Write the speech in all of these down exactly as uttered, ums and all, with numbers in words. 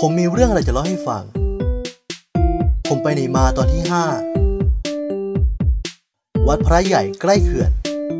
ผมมีเรื่องอะไรจะเล่าให้ฟังผมไปไหนมาตอนที่ห้าวัดพระใหญ่ใกล้เขื่อน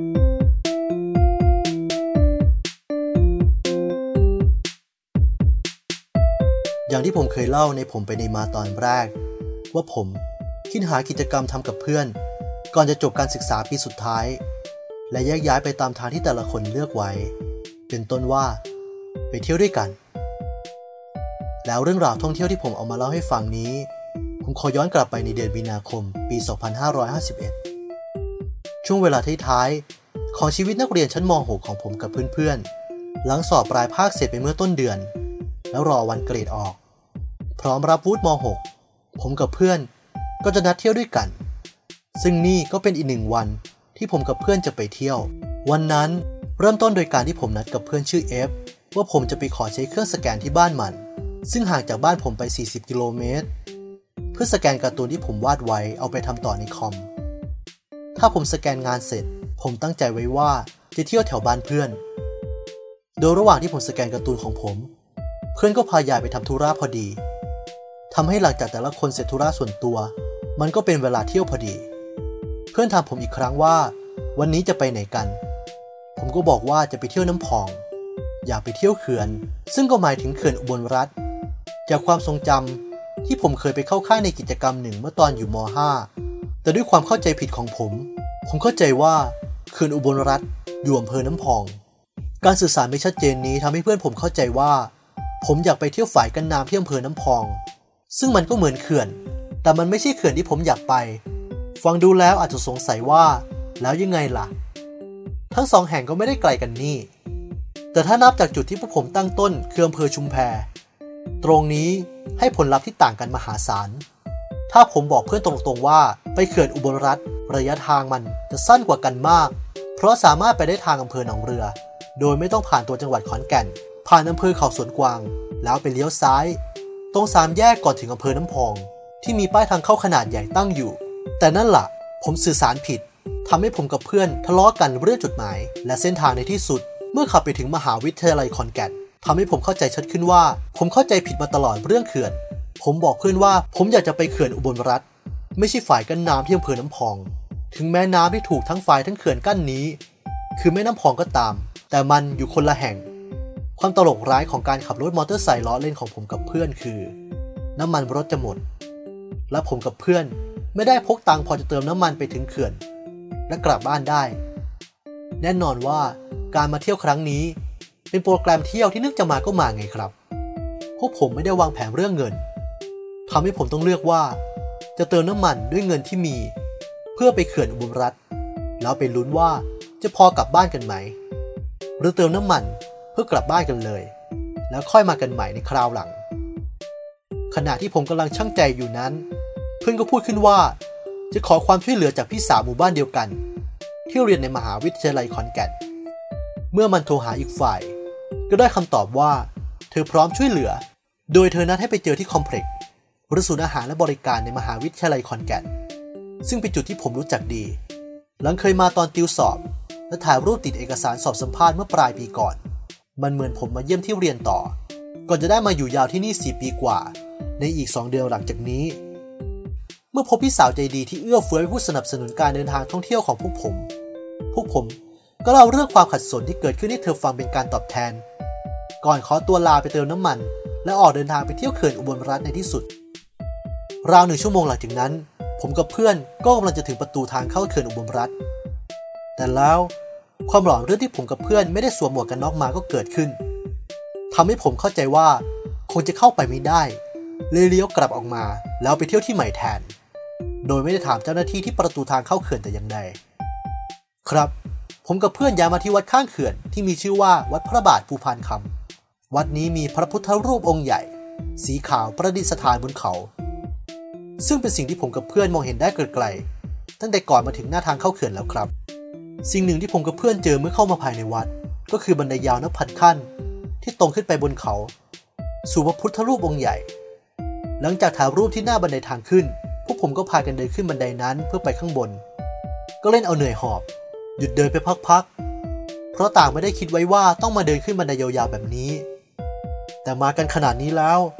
อย่างที่ผมเคยเล่าในผมไปไหนมาตอนแรกว่าผมคิดหากิจกรรมทำกับเพื่อนก่อนจะจบการศึกษาปีสุดท้ายและแยกย้ายไปตามทางที่แต่ละคนเลือกไว้เป็นต้นว่าไปเที่ยวด้วยกันแล้วเรื่องราวท่องเที่ยวที่ผมเอามาเล่าให้ฟังนี้ผมขอย้อนกลับไปในเดือนมีนาคมปีสองพันห้าร้อยห้าสิบเอ็ดช่วงเวลาท้ายๆของชีวิตนักเรียนชั้นม หก ของผมกับเพื่อนๆหลังสอบปลายภาคเสร็จไปเมื่อต้นเดือนแล้วรอวันเกรดออกพร้อมรับวุฒิม หก ผมกับเพื่อนก็จะนัดเที่ยวด้วยกันซึ่งนี่ก็เป็นอีกหนึ่งวันที่ผมกับเพื่อนจะไปเที่ยววันนั้นเริ่มต้นโดยการที่ผมนัดกับเพื่อนชื่อ F ว่าผมจะไปขอใช้เครื่องสแกนที่บ้านมันซึ่งห่างจากบ้านผมไปสี่สิบกิโลเมตรเพื่อสแกนการ์ตูนที่ผมวาดไว้เอาไปทำต่อในคอมถ้าผมสแกนงานเสร็จผมตั้งใจไว้ว่าจะเที่ยวแถวบ้านเพื่อนโดยระหว่างที่ผมสแกนการ์ตูนของผมเพื่อนก็พายายไปทำธุระพอดีทำให้หลังจากแต่ละคนเสร็จธุระส่วนตัวมันก็เป็นเวลาเที่ยวพอดีเพื่อนถามผมอีกครั้งว่าวันนี้จะไปไหนกันผมก็บอกว่าจะไปเที่ยวน้ำพองอยากไปเที่ยวเขื่อนซึ่งก็หมายถึงเขื่อนอุบลรัตน์จากความทรงจำที่ผมเคยไปเข้าค่ายในกิจกรรมหนึ่งเมื่อตอนอยู่ม ห้าแต่ด้วยความเข้าใจผิดของผมผมเข้าใจว่าเขื่อนอุบลรัตน์อยู่อำเภอน้ำพองการสื่อสารไม่ชัดเจนนี้ทำให้เพื่อนผมเข้าใจว่าผมอยากไปเที่ยวฝ่ายกันน้ำที่อำเภอน้ำพองซึ่งมันก็เหมือนเขื่อนแต่มันไม่ใช่เขื่อนที่ผมอยากไปฟังดูแล้วอาจจะสงสัยว่าแล้วยังไงล่ะทั้งสองแห่งก็ไม่ได้ไกลกันนี่แต่ถ้านับจากจุดที่พวกผมตั้งต้นคืออำเภอชุมแพตรงนี้ให้ผลลัพธ์ที่ต่างกันมหาศาลถ้าผมบอกเพื่อนตรงๆว่าไปเขื่อนอุบลรัตน์ระยะทางมันจะสั้นกว่ากันมากเพราะสามารถไปได้ทางอำเภอหนองเรือโดยไม่ต้องผ่านตัวจังหวัดขอนแก่นผ่านอำเภอเขาสวนกวางแล้วไปเลี้ยวซ้ายตรงสามแยกก่อนถึงอำเภอน้ำพองที่มีป้ายทางเข้าขนาดใหญ่ตั้งอยู่แต่นั่นล่ะผมสื่อสารผิดทำให้ผมกับเพื่อนทะเลาะกันเรื่องจุดหมายและเส้นทางในที่สุดเมื่อขับไปถึงมหาวิทยาลัยขอนแก่นทำให้ผมเข้าใจชัดขึ้นว่าผมเข้าใจผิดมาตลอดเรื่องเขื่อนผมบอกเพื่อนว่าผมอยากจะไปเขื่อนอุบลรัตน์ไม่ใช่ฝ่ายกั้นน้ำที่อำเภอน้ำพองถึงแม้น้ำที่ถูกทั้งฝ่ายทั้งเขื่อนกั้นนี้คือแม่น้ำพองก็ตามแต่มันอยู่คนละแห่งความตลกร้ายของการขับรถมอเตอร์ไซค์ล้อเล่นของผมกับเพื่อนคือน้ำมันรถจะหมดและผมกับเพื่อนไม่ได้พกตังค์พอจะเติมน้ำมันไปถึงเขื่อนและกลับบ้านได้แน่นอนว่าการมาเที่ยวครั้งนี้เป็นโปรแกรมเที่ยวที่นึกจะมาก็มาไงครับพวกผมไม่ได้วางแผนเรื่องเงินทำให้ผมต้องเลือกว่าจะเติมน้ำมันด้วยเงินที่มีเพื่อไปเขื่อนอุบลรัตน์แล้วไปลุ้นว่าจะพอกลับบ้านกันไหมหรือเติมน้ำมันเพื่อกลับบ้านกันเลยแล้วค่อยมากันใหม่ในคราวหลังขณะที่ผมกำลังชั่งใจอยู่นั้นเพื่อนก็พูดขึ้นว่าจะขอความช่วยเหลือจากพี่สาวหมู่บ้านเดียวกันที่เรียนในมหาวิทยาลัยขอนแก่นเมื่อมันโทรหาอีกฝ่ายก็ได้คำตอบว่าเธอพร้อมช่วยเหลือโดยเธอนัดให้ไปเจอที่คอมเพล็กซ์หรือศูนย์อาหารและบริการในมหาวิทยาลัยขอนแก่นซึ่งเป็นจุดที่ผมรู้จักดีหลังเคยมาตอนติวสอบและถ่ายรูปติดเอกสารสอบสัมภาษณ์เมื่อปลายปีก่อนมันเหมือนผมมาเยี่ยมที่เรียนต่อก่อนจะได้มาอยู่ยาวที่นี่สี่ปีกว่าในอีกสองเดือนหลังจากนี้เมื่อพบพี่สาวใจดีที่เอื้อเฟื้อผู้สนับสนุนการเดินทางท่องเที่ยวของพวกผมพวกผมก็เล่าเรื่องความขัดสนที่เกิดขึ้นให้เธอฟังเป็นการตอบแทนก่อนขอตัวลาไปเติมน้ำมันและออกเดินทางไปเที่ยวเขื่อนอุบลรัตน์ในที่สุดราวหนึ่งชั่วโมงหลังจากนั้นผมกับเพื่อนก็กำลังจะถึงประตูทางเข้าเขื่อนอุบลรัตน์แต่แล้วความหลอนเรื่องที่ผมกับเพื่อนไม่ได้สวมหมวกกันน็อกมาก็เกิดขึ้นทำให้ผมเข้าใจว่าคงจะเข้าไปไม่ได้เลยเลี้ยวกลับออกมาแล้วไปเที่ยวที่ใหม่แทนโดยไม่ได้ถามเจ้าหน้าที่ที่ประตูทางเข้าเขื่อนแต่อย่างใดครับผมกับเพื่อนย้ายมาที่วัดข้างเขื่อนที่มีชื่อว่าวัดพระบาทภูพานคำวัดนี้มีพระพุทธรูปองค์ใหญ่สีขาวประดิษฐานบนเขาซึ่งเป็นสิ่งที่ผมกับเพื่อนมองเห็นได้ไกลๆตั้งแต่ก่อนมาถึงหน้าทางเข้าเขื่อนแล้วครับสิ่งหนึ่งที่ผมกับเพื่อนเจอเมื่อเข้ามาภายในวัดก็คือบันไดยาวนับพันขั้นที่ตรงขึ้นไปบนเขาสู่พระพุทธรูปองค์ใหญ่หลังจากถ่ายรูปที่หน้าบันไดทางขึ้นพวกผมก็พากันเดินขึ้นบันไดนั้นเพื่อไปข้างบนก็เล่นเอาเหนื่อยหอบหยุดเดินไปพักๆเพราะต่างไม่ได้คิดไว้ว่าต้องมาเดินขึ้นบันไดยาวๆแบบนี้แต่มากันขนาดนี้แล้ว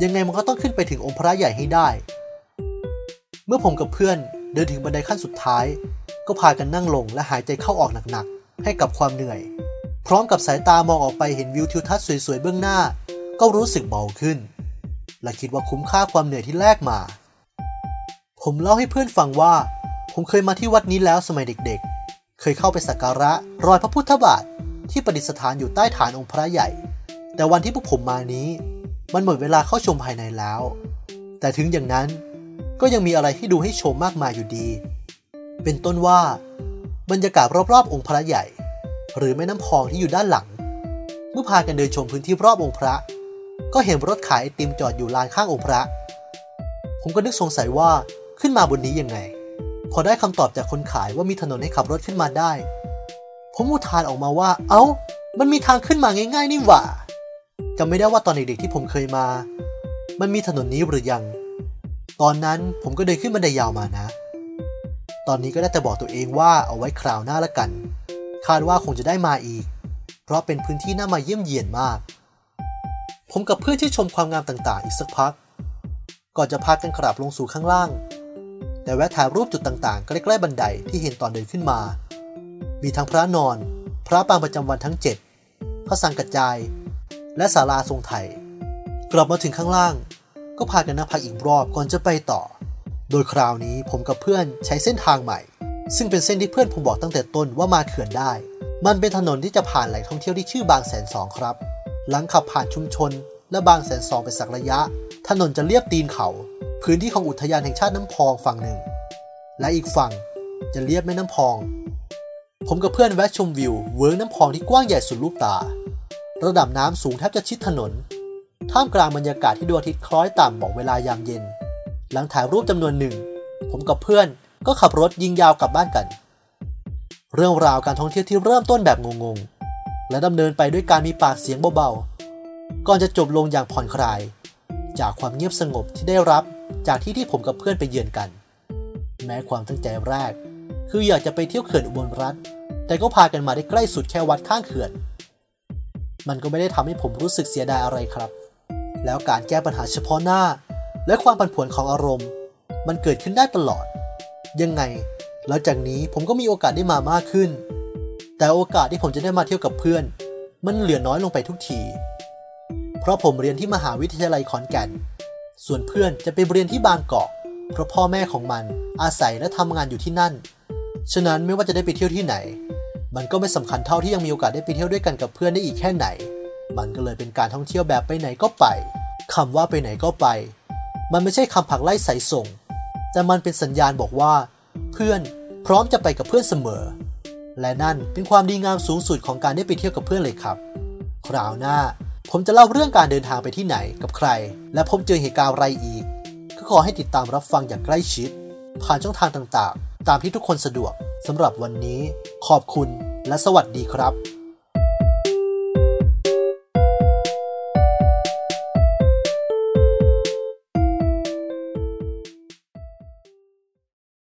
ยังไงมันก็ต้องขึ้นไปถึงองค์พระใหญ่ให้ได้เมื่อผมกับเพื่อนเดินถึงบันไดขั้นสุดท้ายก็พากันนั่งลงและหายใจเข้าออกหนักๆให้กับความเหนื่อยพร้อมกับสายตามองออกไปเห็นวิวทิวทัศน์สวยๆเบื้องหน้าก็รู้สึกเบาขึ้นและคิดว่าคุ้มค่าความเหนื่อยที่แลกมาผมเล่าให้เพื่อนฟังว่าผมเคยมาที่วัดนี้แล้วสมัยเด็กๆเคยเข้าไปสักการะรอยพระพุทธบาทที่ประดิษฐานอยู่ใต้ฐานองค์พระใหญ่แต่วันที่พวกผมมานี้มันหมดเวลาเข้าชมภายในแล้วแต่ถึงอย่างนั้นก็ยังมีอะไรที่ดูให้ชมมากมายอยู่ดีเป็นต้นว่าบรรยากาศรอบๆองค์พระใหญ่หรือแม่น้ำพองที่อยู่ด้านหลังเมื่อพากันเดินชมพื้นที่รอบองค์พระก็เห็นรถขายไอติมจอดอยู่ลานข้างองค์พระผมก็นึกสงสัยว่าขึ้นมาบนนี้ยังไงพอได้คำตอบจากคนขายว่ามีถนนให้ขับรถขึ้นมาได้ผมอุทานออกมาว่าเอ้ามันมีทางขึ้นมาง่ายๆนี่หว่าจำไม่ได้ว่าตอนเด็กๆที่ผมเคยมามันมีถนนนี้หรือยังตอนนั้นผมก็เดินขึ้นบันไดยาวมานะตอนนี้ก็ได้แต่บอกตัวเองว่าเอาไว้คราวหน้าละกันคาดว่าคงจะได้มาอีกเพราะเป็นพื้นที่น่ามาเยี่ยมเยียนมากผมกับเพื่อนที่ชมความงามต่างๆอีกสักพักก่อนจะพากันกลับลงสู่ข้างล่างแต่แวะถ่ายรูปจุดต่างๆใกล้ๆบันไดที่เห็นตอนเดินขึ้นมามีทั้งพระนอนพระปางประจำวันทั้งเจ็ดพระสังกัจจายและศาลาทรงไทยกลับมาถึงข้างล่างก็พากันนั่งพักอีกรอบก่อนจะไปต่อโดยคราวนี้ผมกับเพื่อนใช้เส้นทางใหม่ซึ่งเป็นเส้นที่เพื่อนผมบอกตั้งแต่ต้นว่ามาเขื่อนได้มันเป็นถนนที่จะผ่านแหล่งท่องเที่ยวที่ชื่อบางแสนสองครับหลังขับผ่านชุมชนและบางแสนสองไปสักระยะถนนจะเลียบตีนเขาพื้นที่ของอุทยานแห่งชาติน้ำพองฝั่งหนึ่งและอีกฝั่งจะเลียบแม่น้ำพองผมกับเพื่อนแวะชมวิวเวิร์กน้ำพองที่กว้างใหญ่สุดลูกตาระดับน้ำสูงแทบจะชิดถนนท่ามกลางบรรยากาศที่ดวงอาทิตย์คล้อยต่ำบอกเวลายามเย็นหลังถ่ายรูปจำนวนหนึ่งผมกับเพื่อนก็ขับรถยิงยาวกลับบ้านกันเรื่องราวการท่องเที่ยวที่เริ่มต้นแบบงงๆและดำเนินไปด้วยการมีปากเสียงเบาๆก่อนจะจบลงอย่างผ่อนคลายจากความเงียบสงบที่ได้รับจากที่ที่ผมกับเพื่อนไปเยือนกันแม้ความตั้งใจแรกคืออยากจะไปเที่ยวเขื่อนอุบลรัตน์แต่ก็พากันมาได้ใกล้สุดแค่วัดข้างเขื่อนมันก็ไม่ได้ทำให้ผมรู้สึกเสียดายอะไรครับแล้วการแก้ปัญหาเฉพาะหน้าและความผันผวนของอารมณ์มันเกิดขึ้นได้ตลอดยังไงหลังจากนี้ผมก็มีโอกาสได้มามากขึ้นแต่โอกาสที่ผมจะได้มาเที่ยวกับเพื่อนมันเหลือน้อยลงไปทุกทีเพราะผมเรียนที่มหาวิทยาลัยขอนแก่นส่วนเพื่อนจะไปเรียนที่บางกอกเพราะพ่อแม่ของมันอาศัยและทำงานอยู่ที่นั่นฉะนั้นไม่ว่าจะได้ไปเที่ยวที่ไหนมันก็ไม่สำคัญเท่าที่ยังมีโอกาสได้ไปเที่ยวด้วยกันกับเพื่อนได้อีกแค่ไหนมันก็เลยเป็นการท่องเที่ยวแบบไปไหนก็ไปคำว่าไปไหนก็ไปมันไม่ใช่คำผลักไล่ใส่ส่งแต่มันเป็นสัญญาณบอกว่าเพื่อนพร้อมจะไปกับเพื่อนเสมอและนั่นเป็นความดีงามสูงสุดของการได้ไปเที่ยวกับเพื่อนเลยครับคราวหน้าผมจะเล่าเรื่องการเดินทางไปที่ไหนกับใครและพบเจอเหตุการณ์อะไรอีกก็ขอให้ติดตามรับฟังอย่างใกล้ชิดผ่านช่องทางต่างๆตามที่ทุกคนสะดวกสำหรับวันนี้ขอบคุณและสวัสดีครับ